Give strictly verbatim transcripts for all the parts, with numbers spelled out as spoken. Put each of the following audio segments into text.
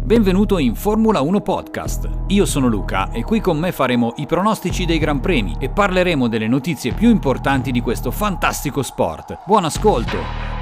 Benvenuto in Formula uno Podcast. Io sono Luca e qui con me faremo i pronostici dei Gran Premi e parleremo delle notizie più importanti di questo fantastico sport. Buon ascolto!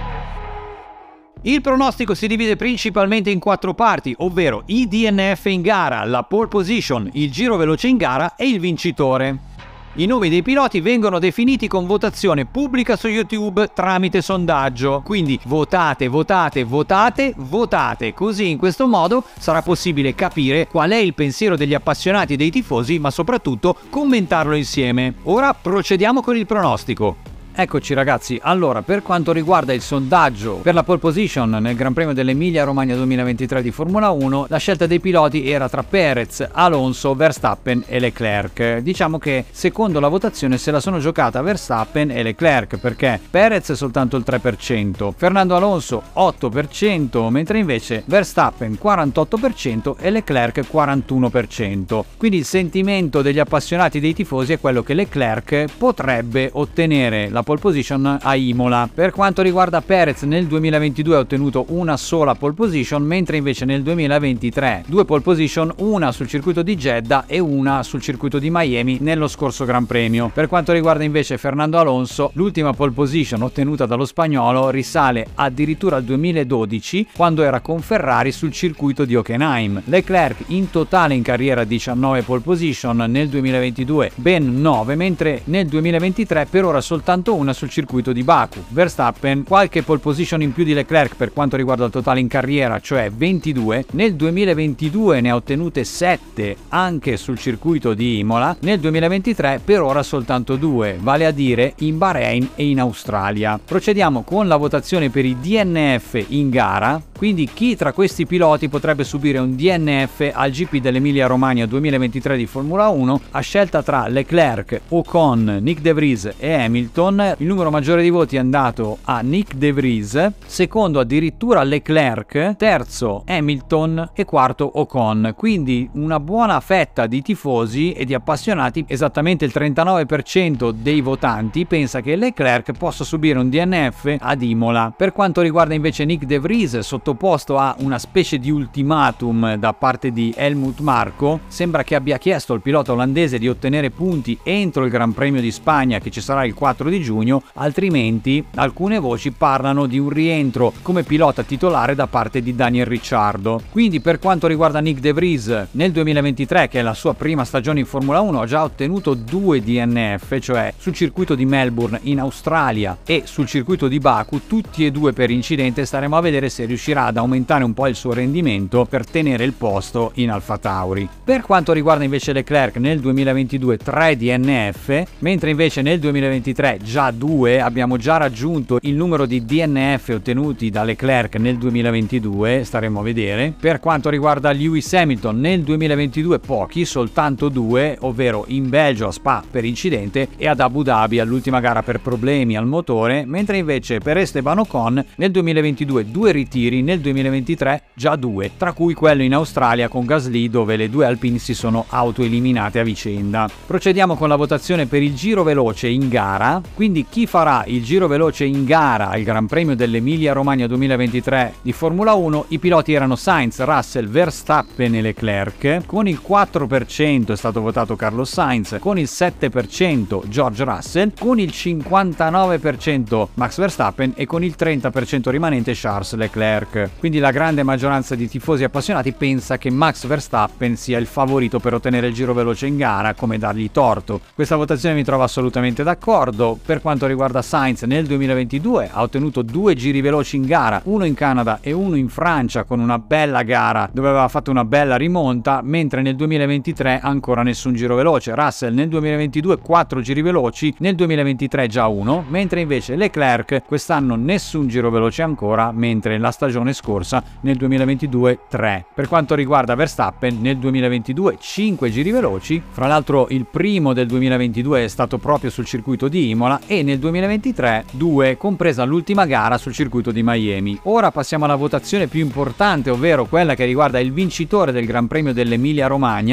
Il pronostico si divide principalmente in quattro parti, ovvero i D N F in gara, la pole position, il giro veloce in gara e il vincitore. I nomi dei piloti vengono definiti con votazione pubblica su YouTube tramite sondaggio, quindi votate, votate, votate, votate, così in questo modo sarà possibile capire qual è il pensiero degli appassionati e dei tifosi, ma soprattutto commentarlo insieme. Ora procediamo con il pronostico. Eccoci ragazzi, allora per quanto riguarda il sondaggio per la pole position nel Gran Premio dell'Emilia Romagna duemilaventitré di Formula uno, la scelta dei piloti era tra Perez, Alonso, Verstappen e Leclerc. Diciamo che secondo la votazione se la sono giocata Verstappen e Leclerc, perché Perez è soltanto il tre per cento, Fernando Alonso otto per cento, mentre invece Verstappen quarantotto per cento e Leclerc quarantuno per cento. Quindi il sentimento degli appassionati dei tifosi è quello che Leclerc potrebbe ottenere la pole position a Imola. Per quanto riguarda Perez, nel duemilaventidue ha ottenuto una sola pole position, mentre invece nel duemilaventitré due pole position, una sul circuito di Jeddah e una sul circuito di Miami nello scorso Gran Premio. Per quanto riguarda invece Fernando Alonso, l'ultima pole position ottenuta dallo spagnolo risale addirittura al duemiladodici, quando era con Ferrari sul circuito di Hockenheim. Leclerc in totale in carriera diciannove pole position, nel duemilaventidue ben nove, mentre nel duemilaventitré per ora soltanto una sul circuito di Baku. Verstappen qualche pole position in più di Leclerc per quanto riguarda il totale in carriera, cioè ventidue. Nel duemilaventidue ne ha ottenute sette anche sul circuito di Imola. Nel duemilaventitré per ora soltanto due, vale a dire in Bahrain e in Australia. Procediamo con la votazione per i D N F in gara. Quindi chi tra questi piloti potrebbe subire un D N F al G P dell'Emilia Romagna duemilaventitré di Formula uno? A scelta tra Leclerc, Ocon, Nick De Vries e Hamilton, il numero maggiore di voti è andato a Nick De Vries, secondo addirittura Leclerc, terzo Hamilton e quarto Ocon. Quindi una buona fetta di tifosi e di appassionati, esattamente il trentanove per cento dei votanti, pensa che Leclerc possa subire un D N F ad Imola. Per quanto riguarda invece Nick De Vries, sottoposto a una specie di ultimatum da parte di Helmut Marko, sembra che abbia chiesto al pilota olandese di ottenere punti entro il Gran Premio di Spagna che ci sarà il quattro di giugno, altrimenti alcune voci parlano di un rientro come pilota titolare da parte di Daniel Ricciardo. Quindi per quanto riguarda Nick De Vries, nel duemilaventitré, che è la sua prima stagione in Formula uno, ha già ottenuto due D N F, cioè sul circuito di Melbourne in Australia e sul circuito di Baku, tutti e due per incidente. Staremo a vedere se riuscirà ad aumentare un po' il suo rendimento per tenere il posto in AlphaTauri. Per quanto riguarda invece Leclerc, nel duemilaventidue tre D N F, mentre invece nel duemilaventitré già due, abbiamo già raggiunto il numero di D N F ottenuti da Leclerc nel duemilaventidue, staremo a vedere. Per quanto riguarda Lewis Hamilton, nel duemilaventidue pochi, soltanto due, ovvero in Belgio a Spa per incidente e ad Abu Dhabi all'ultima gara per problemi al motore, mentre invece per Esteban Ocon nel duemilaventidue due ritiri, nel duemilaventitré già due, tra cui quello in Australia con Gasly, dove le due Alpine si sono autoeliminate a vicenda. Procediamo con la votazione per il giro veloce in gara. Quindi chi farà il giro veloce in gara al Gran Premio dell'Emilia Romagna duemilaventitré di Formula uno? I piloti erano Sainz, Russell, Verstappen e Leclerc. Con il quattro per cento è stato votato Carlos Sainz, con il sette per cento George Russell, con il cinquantanove per cento Max Verstappen e con il trenta per cento rimanente Charles Leclerc. Quindi la grande maggioranza di tifosi appassionati pensa che Max Verstappen sia il favorito per ottenere il giro veloce in gara, come dargli torto. Questa votazione mi trova assolutamente d'accordo. Per quanto riguarda Sainz, nel duemilaventidue ha ottenuto due giri veloci in gara, uno in Canada e uno in Francia, con una bella gara dove aveva fatto una bella rimonta, mentre nel duemilaventitré ancora nessun giro veloce. Russell nel duemilaventidue quattro giri veloci, nel duemilaventitré già uno, mentre invece Leclerc quest'anno nessun giro veloce ancora, mentre la stagione scorsa nel duemilaventidue tre. Per quanto riguarda Verstappen, nel duemilaventidue cinque giri veloci, fra l'altro il primo del duemilaventidue è stato proprio sul circuito di Imola, e nel duemilaventitré due, compresa l'ultima gara sul circuito di Miami. Ora passiamo alla votazione più importante, ovvero quella che riguarda il vincitore del Gran Premio dell'Emilia Romagna.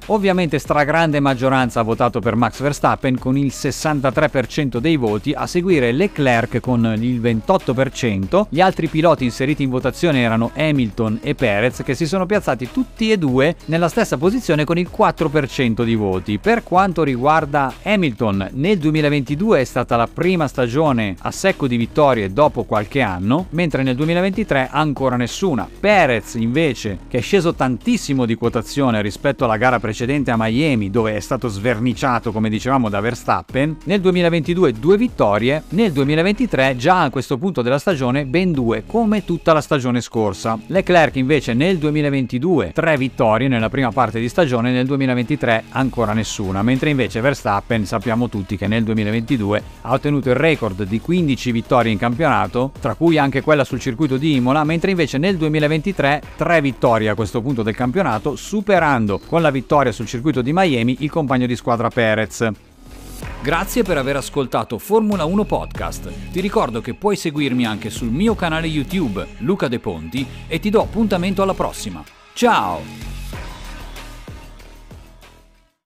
Ovviamente stragrande maggioranza ha votato per Max Verstappen con il sessantatré per cento dei voti, a seguire Leclerc con il ventotto per cento. Gli altri piloti inseriti in votazione erano Hamilton e Perez, che si sono piazzati tutti e due nella stessa posizione con il quattro per cento di voti. Per quanto riguarda Hamilton, nel duemilaventidue è stata la prima stagione a secco di vittorie dopo qualche anno, mentre nel duemilaventitré ancora nessuna. Perez invece, che è sceso tantissimo di quotazione rispetto alla gara precedente a Miami, dove è stato sverniciato come dicevamo da Verstappen, nel duemilaventidue due vittorie, nel duemilaventitré già a questo punto della stagione ben due, come tutta la stagione scorsa. Leclerc invece nel duemilaventidue tre vittorie nella prima parte di stagione, nel duemilaventitré ancora nessuna, mentre invece Verstappen sappiamo tutti che nel duemilaventidue ha ottenuto il record di quindici vittorie in campionato, tra cui anche quella sul circuito di Imola, mentre invece nel duemilaventitré tre vittorie a questo punto del campionato, superando con la vittoria sul circuito di Miami il compagno di squadra Perez. Grazie per aver ascoltato Formula uno Podcast. Ti ricordo che puoi seguirmi anche sul mio canale YouTube Luca De Ponti e ti do appuntamento alla prossima. Ciao!